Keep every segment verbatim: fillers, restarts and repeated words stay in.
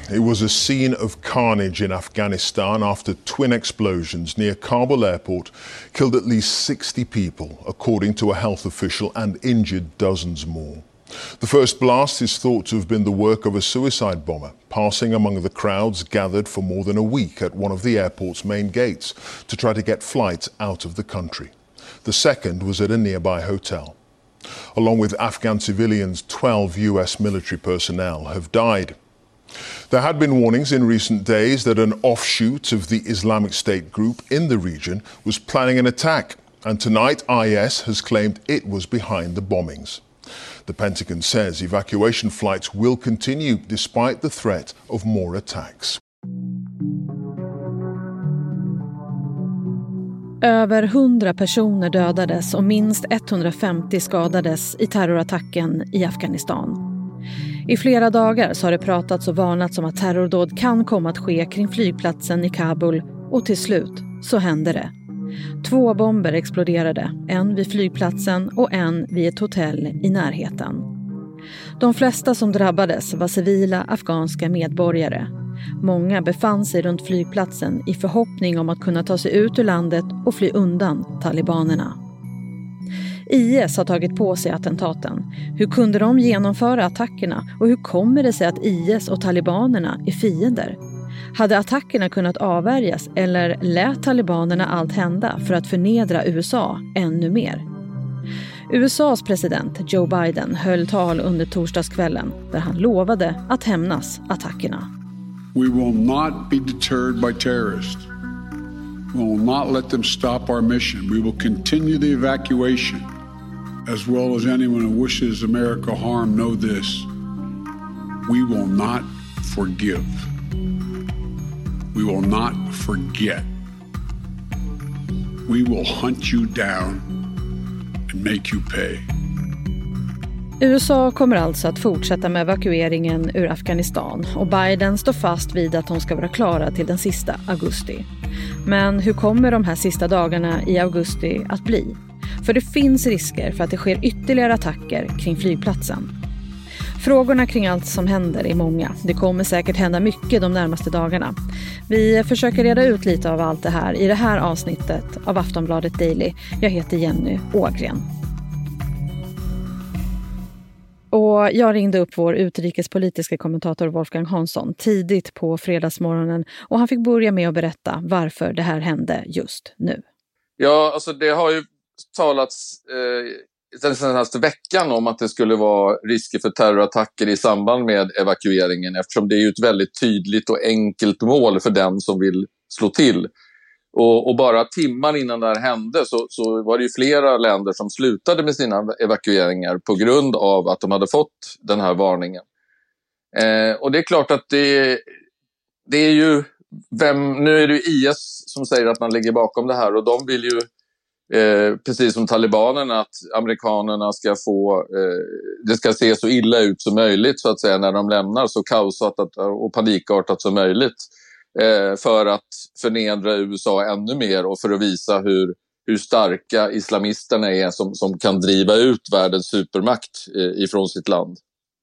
It was a scene of carnage in Afghanistan after twin explosions near Kabul airport killed at least sixty people, according to a health official, and injured dozens more. The first blast is thought to have been the work of a suicide bomber, passing among the crowds gathered for more than a week at one of the airport's main gates to try to get flights out of the country. The second was at a nearby hotel. Along with Afghan civilians, twelve U S military personnel have died. There had been warnings in recent days that an offshoot of the Islamic State group in the region was planning an attack, and tonight I S has claimed it was behind the bombings. The Pentagon says evacuation flights will continue despite the threat of more attacks. Över hundra personer dödades och minst etthundrafemtio skadades i terrorattacken i Afghanistan. I flera dagar så har det pratats och varnats om att terrordåd kan komma att ske kring flygplatsen i Kabul, och till slut så hände det. Två bomber exploderade, en vid flygplatsen och en vid ett hotell i närheten. De flesta som drabbades var civila afghanska medborgare. Många befann sig runt flygplatsen i förhoppning om att kunna ta sig ut ur landet och fly undan talibanerna. I S har tagit på sig attentaten. Hur kunde de genomföra attackerna och hur kommer det sig att I S och talibanerna är fiender? Hade attackerna kunnat avvärjas eller lät talibanerna allt hända för att förnedra U S A ännu mer? U S A:s president Joe Biden höll tal under torsdagskvällen där han lovade att hämnas attackerna. We will not be deterred by terrorists. We will not let them stop our mission. We will continue the evacuation. As well as anyone who wishes America harm, know this. We will not forgive. We will not forget. We will hunt you down and make you pay. U S A kommer alltså att fortsätta med evakueringen ur Afghanistan, och Biden står fast vid att de ska vara klara till den sista augusti. Men hur kommer de här sista dagarna i augusti att bli? För det finns risker för att det sker ytterligare attacker kring flygplatsen. Frågorna kring allt som händer är många. Det kommer säkert hända mycket de närmaste dagarna. Vi försöker reda ut lite av allt det här i det här avsnittet av Aftonbladet Daily. Jag heter Jenny Ågren. Och jag ringde upp vår utrikespolitiska kommentator Wolfgang Hansson tidigt på fredagsmorgonen, och han fick börja med att berätta varför det här hände just nu. Ja, alltså det har ju talats eh, den senaste veckan om att det skulle vara risker för terrorattacker i samband med evakueringen, eftersom det är ju ett väldigt tydligt och enkelt mål för den som vill slå till. Och, och bara timmar innan det här hände så, så var det ju flera länder som slutade med sina evakueringar på grund av att de hade fått den här varningen. Eh, och det är klart att det, det är ju, vem, nu är det ju I S som säger att man ligger bakom det här, och de vill ju, eh, precis som talibanerna, att amerikanerna ska få, eh, det ska se så illa ut som möjligt så att säga när de lämnar, så kaosartat och panikartat som möjligt. För att förnedra U S A ännu mer och för att visa hur, hur starka islamisterna är som, som kan driva ut världens supermakt ifrån sitt land.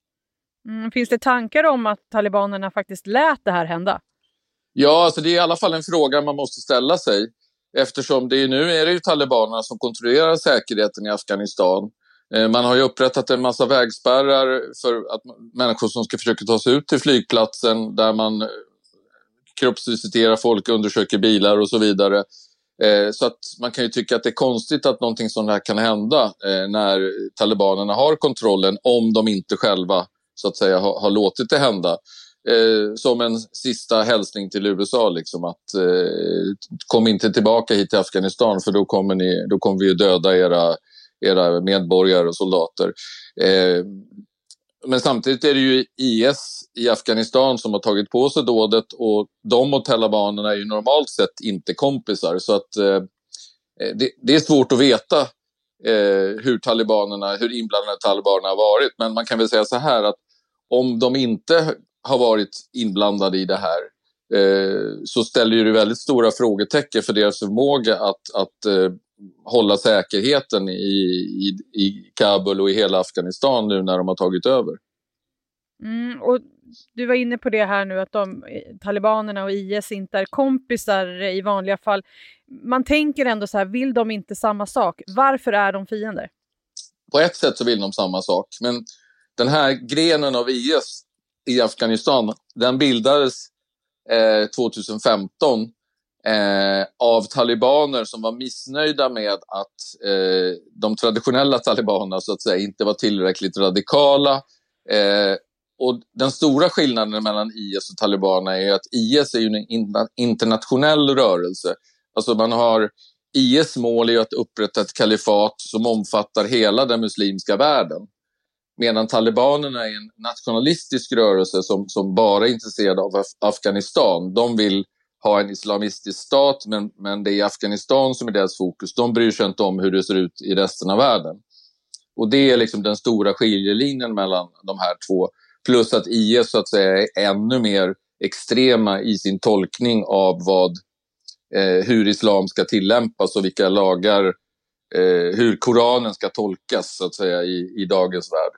Mm, finns det tankar om att talibanerna faktiskt lät det här hända? Ja, alltså det är i alla fall en fråga man måste ställa sig. Eftersom det är, nu är det ju talibanerna som kontrollerar säkerheten i Afghanistan. Man har ju upprättat en massa vägspärrar för att människor som ska försöka ta sig ut till flygplatsen, där man kroppsvisiterar folk, undersöker bilar och så vidare. Eh, så att man kan ju tycka att det är konstigt att någonting sånt här kan hända eh, när talibanerna har kontrollen, om de inte själva så att säga har, har låtit det hända. Eh, som en sista hälsning till U S A liksom, att eh, kom inte tillbaka hit till Afghanistan, för då kommer, ni, då kommer vi ju döda era, era medborgare och soldater. Eh, Men samtidigt är det ju I S i Afghanistan som har tagit på sig dådet, och de och talibanerna är ju normalt sett inte kompisar. Så att eh, det, det är svårt att veta eh, hur talibanerna, hur inblandade talibanerna har varit. Men man kan väl säga så här, att om de inte har varit inblandade i det här eh, så ställer ju det väldigt stora frågetecken för deras förmåga att, att eh, hålla säkerheten i, i, i Kabul och i hela Afghanistan nu när de har tagit över. Mm, och du var inne på det här nu att de, talibanerna och I S inte är kompisar i vanliga fall. Man tänker ändå så här, vill de inte samma sak? Varför är de fiender? På ett sätt så vill de samma sak, men den här grenen av I S i Afghanistan, den bildades eh, tjugohundrafemton eh, av talibaner som var missnöjda med att eh, de traditionella talibanerna så att säga inte var tillräckligt radikala. Eh, och den stora skillnaden mellan I S och talibanerna är att I S är ju en internationell rörelse. Alltså man har I S mål är att upprätta ett kalifat som omfattar hela den muslimska världen. Medan talibanerna är en nationalistisk rörelse som, som bara är intresserad av Af- Afghanistan. De vill ha en islamistisk stat, men, men det är Afghanistan som är deras fokus. De bryr sig inte om hur det ser ut i resten av världen. Och det är liksom den stora skiljelinjen mellan de här två. Plus att I S så att säga är ännu mer extrema i sin tolkning av vad, eh, hur islam ska tillämpas och vilka lagar, eh, hur Koranen ska tolkas så att säga i, i dagens värld.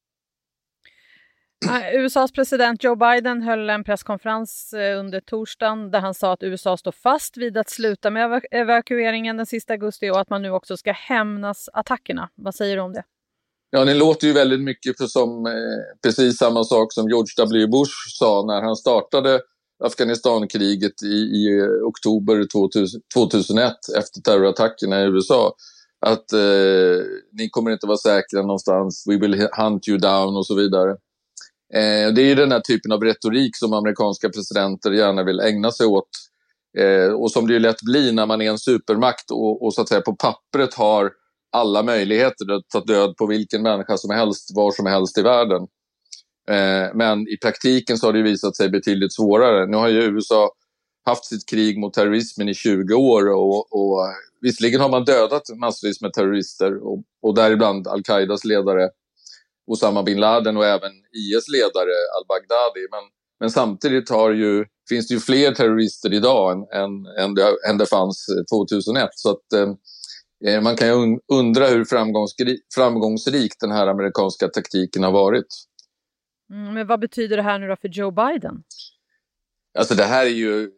U S A:s president Joe Biden höll en presskonferens under torsdagen där han sa att U S A står fast vid att sluta med ev- evakueringen den sista augusti och att man nu också ska hämnas attackerna. Vad säger du om det? Ja, det låter ju väldigt mycket för som eh, precis samma sak som George W. Bush sa när han startade Afghanistankriget i, i oktober tjugohundraett efter terrorattackerna i U S A. Att eh, ni kommer inte vara säkra någonstans, we will hunt you down och så vidare. Eh, det är ju den här typen av retorik som amerikanska presidenter gärna vill ägna sig åt. Eh, och som det ju lätt blir när man är en supermakt och, och så att säga på pappret har alla möjligheter att ta död på vilken människa som helst, var som helst i världen. Eh, men i praktiken så har det ju visat sig betydligt svårare. Nu har ju U S A haft sitt krig mot terrorismen i tjugo år och, och visserligen har man dödat massvis med terrorister och, och däribland Al-Qaidas ledare Osama bin Laden och även I S ledare al-Baghdadi. Men, men samtidigt har ju, finns det ju fler terrorister idag än, än, än, det, än det fanns tjugohundraett. Så att eh, man kan ju undra hur framgångsrik, framgångsrik den här amerikanska taktiken har varit. Mm, men vad betyder det här nu då för Joe Biden? Alltså det här är ju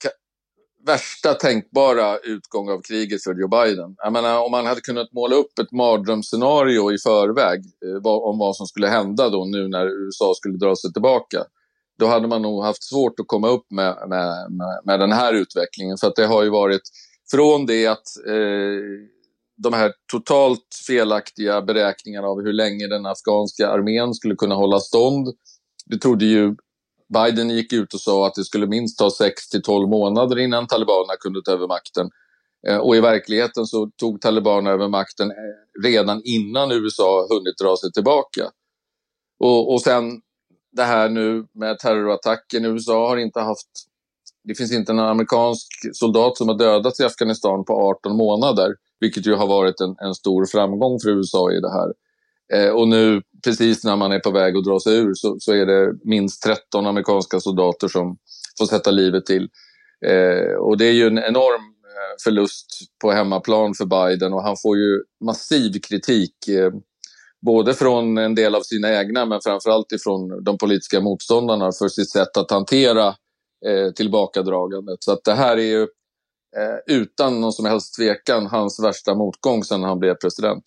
värsta tänkbara utgång av kriget för Joe Biden. Jag menar, om man hade kunnat måla upp ett mardrömsscenario i förväg eh, om vad som skulle hända då nu när U S A skulle dra sig tillbaka, då hade man nog haft svårt att komma upp med, med, med, med den här utvecklingen. För att det har ju varit från det att eh, de här totalt felaktiga beräkningarna av hur länge den afghanska armén skulle kunna hålla stånd. Det trodde ju Biden gick ut och sa att det skulle minst ta sex till tolv månader innan talibanerna kunde ta över makten. Och i verkligheten så tog talibanerna över makten redan innan U S A hunnit dra sig tillbaka. Och, och sen det här nu med terrorattacken. U S A har inte haft, det finns inte en amerikansk soldat som har dödats i Afghanistan på arton månader. Vilket ju har varit en, en stor framgång för U S A i det här. Eh, och nu precis när man är på väg att dra sig ur så, så är det minst tretton amerikanska soldater som får sätta livet till. Eh, och det är ju en enorm förlust på hemmaplan för Biden och han får ju massiv kritik eh, både från en del av sina egna men framförallt ifrån de politiska motståndarna för sitt sätt att hantera eh, tillbakadragandet. Så att det här är ju eh, utan någon som helst tvekan hans värsta motgång sedan han blev president.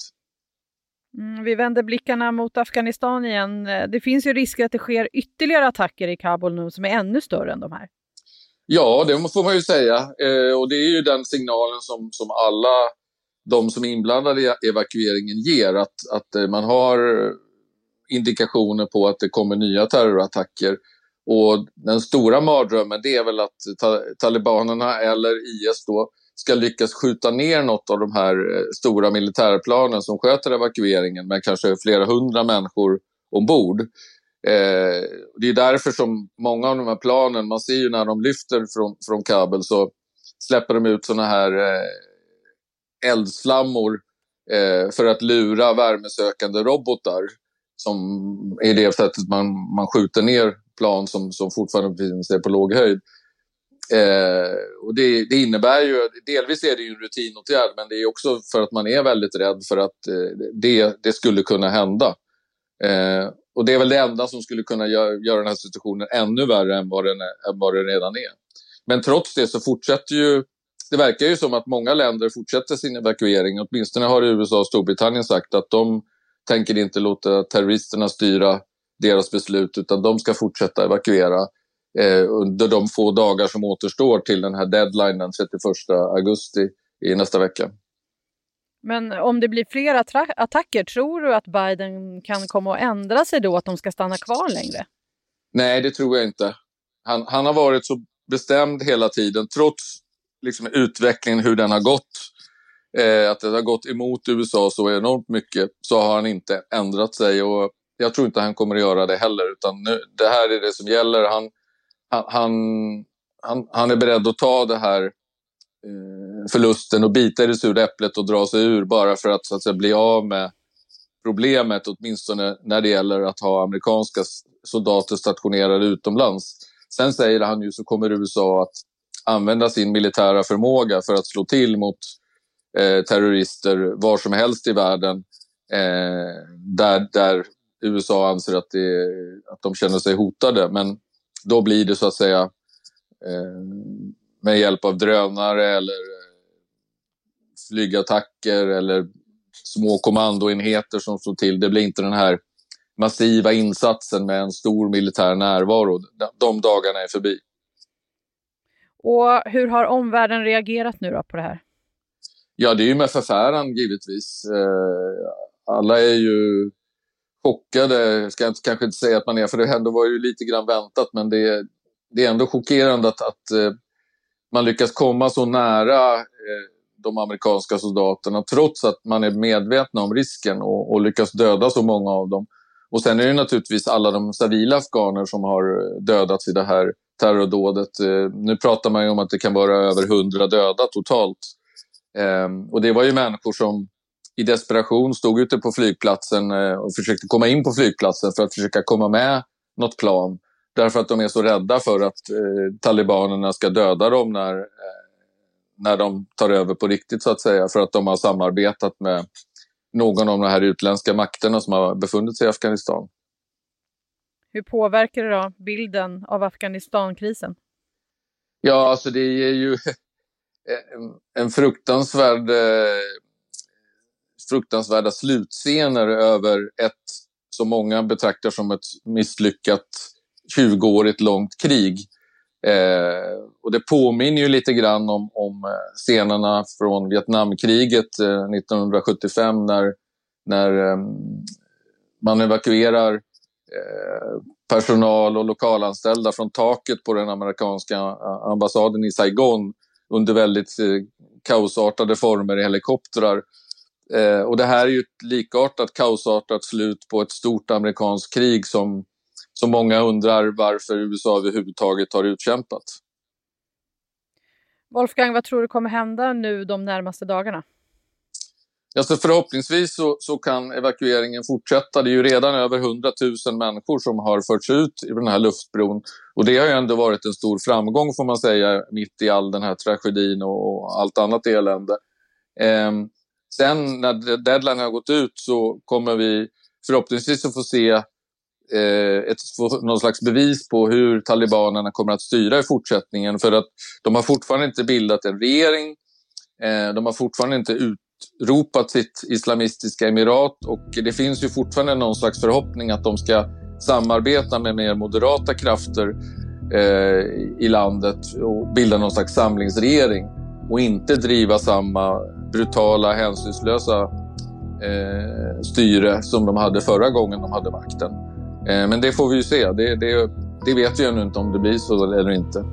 Mm, vi vänder blickarna mot Afghanistan igen. Det finns ju risker att det sker ytterligare attacker i Kabul nu som är ännu större än de här. Ja, det får man ju säga. Eh, och det är ju den signalen som, som alla de som är inblandade i evakueringen ger. Att, att eh, man har indikationer på att det kommer nya terrorattacker. Och den stora mardrömmen det är väl att ta- talibanerna eller I S då ska lyckas skjuta ner något av de här stora militärplanen som sköter evakueringen med kanske flera hundra människor ombord. Eh, det är därför som många av de här planen, man ser ju när de lyfter från, från Kabul så släpper de ut såna här eh, eldsflammor eh, för att lura värmesökande robotar som är det sättet man, man skjuter ner plan som, som fortfarande befinner sig på låg höjd. Eh, och det, det innebär ju, delvis är det ju en rutinåtgärd men det är också för att man är väldigt rädd för att eh, det, det skulle kunna hända. Eh, och det är väl det enda som skulle kunna göra, göra den här situationen ännu värre än vad, den är, än vad den redan är. Men trots det så fortsätter ju, det verkar ju som att många länder fortsätter sin evakuering. Åtminstone har U S A och Storbritannien sagt att de tänker inte låta terroristerna styra deras beslut, utan de ska fortsätta evakuera eh, under de få dagar som återstår till den här deadline den trettioförsta augusti i nästa vecka. Men om det blir fler attra- attacker, tror du att Biden kan komma att ändra sig då, att de ska stanna kvar längre? Nej, det tror jag inte. Han, han har varit så bestämd hela tiden, trots liksom utvecklingen, hur den har gått. Eh, att det har gått emot U S A så enormt mycket, så har han inte ändrat sig. Och jag tror inte han kommer att göra det heller. Utan nu, det här är det som gäller. Han, han, han, han är beredd att ta det här eh, förlusten och bita i det sura äpplet och dra sig ur, bara för att, så att säga, bli av med problemet, åtminstone när det gäller att ha amerikanska soldater stationerade utomlands. Sen säger han ju, så kommer U S A att använda sin militära förmåga för att slå till mot eh, terrorister var som helst i världen, eh, där, där U S A anser att, det, att de känner sig hotade. Men då blir det så att säga eh, med hjälp av drönare eller flygattacker eller små kommandoenheter som slår till. Det blir inte den här massiva insatsen med en stor militär närvaro. De dagarna är förbi. Och hur har omvärlden reagerat nu då på det här? Ja, det är ju med förfäran givetvis. Alla är ju chockade. Ska jag kanske inte säga att man är, för det ändå var ju lite grann väntat, men det är, det är ändå chockerande att, att man lyckas komma så nära de amerikanska soldaterna, trots att man är medvetna om risken, och, och lyckas döda så många av dem. Och sen är det naturligtvis alla de civila afghaner som har dödats i det här terrordådet. Nu pratar man ju om att det kan vara över hundra döda totalt. Och det var ju människor som i desperation stod ute på flygplatsen och försökte komma in på flygplatsen för att försöka komma med något plan. Därför att de är så rädda för att eh, talibanerna ska döda dem när, eh, när de tar över på riktigt, så att säga. För att de har samarbetat med någon av de här utländska makterna som har befunnit sig i Afghanistan. Hur påverkar det då bilden av Afghanistankrisen? Ja, alltså det är ju en, en fruktansvärd, fruktansvärda slutscener över ett, som många betraktar som ett misslyckat tjugoårigt långt krig. Eh, och det påminner ju lite grann om, om scenerna från Vietnamkriget eh, nittonhundrasjuttiofem när, när eh, man evakuerar eh, personal och lokalanställda från taket på den amerikanska ambassaden i Saigon under väldigt eh, kaosartade former i helikoptrar. Eh, och det här är ju ett likartat kaosartat slut på ett stort amerikanskt krig som Så många undrar varför U S A överhuvudtaget har utkämpat. Wolfgang, vad tror du kommer hända nu de närmaste dagarna? Ja, så förhoppningsvis så, så kan evakueringen fortsätta. Det är ju redan över hundratusen människor som har förts ut i den här luftbron. Och det har ju ändå varit en stor framgång, får man säga, mitt i all den här tragedin och allt annat elände. Eh, sen när deadline har gått ut så kommer vi förhoppningsvis att få se ett, någon slags bevis på hur talibanerna kommer att styra i fortsättningen, för att de har fortfarande inte bildat en regering, de har fortfarande inte utropat sitt islamistiska emirat, och det finns ju fortfarande någon slags förhoppning att de ska samarbeta med mer moderata krafter i landet och bilda någon slags samlingsregering och inte driva samma brutala, hänsynslösa styre som de hade förra gången de hade makten. Men det får vi ju se. Det, det, det vet vi ännu inte om det blir så eller inte.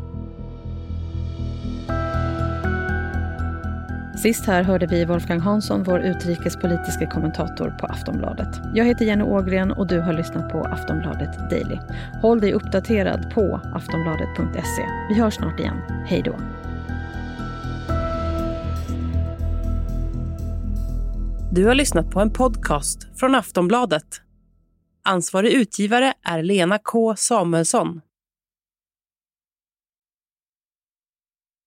Sist här hörde vi Wolfgang Hansson, vår utrikespolitiska kommentator på Aftonbladet. Jag heter Jenny Ågren och du har lyssnat på Aftonbladet Daily. Håll dig uppdaterad på aftonbladet punkt se. Vi hörs snart igen. Hej då! Du har lyssnat på en podcast från Aftonbladet. Ansvarig utgivare är Lena K. Samuelsson.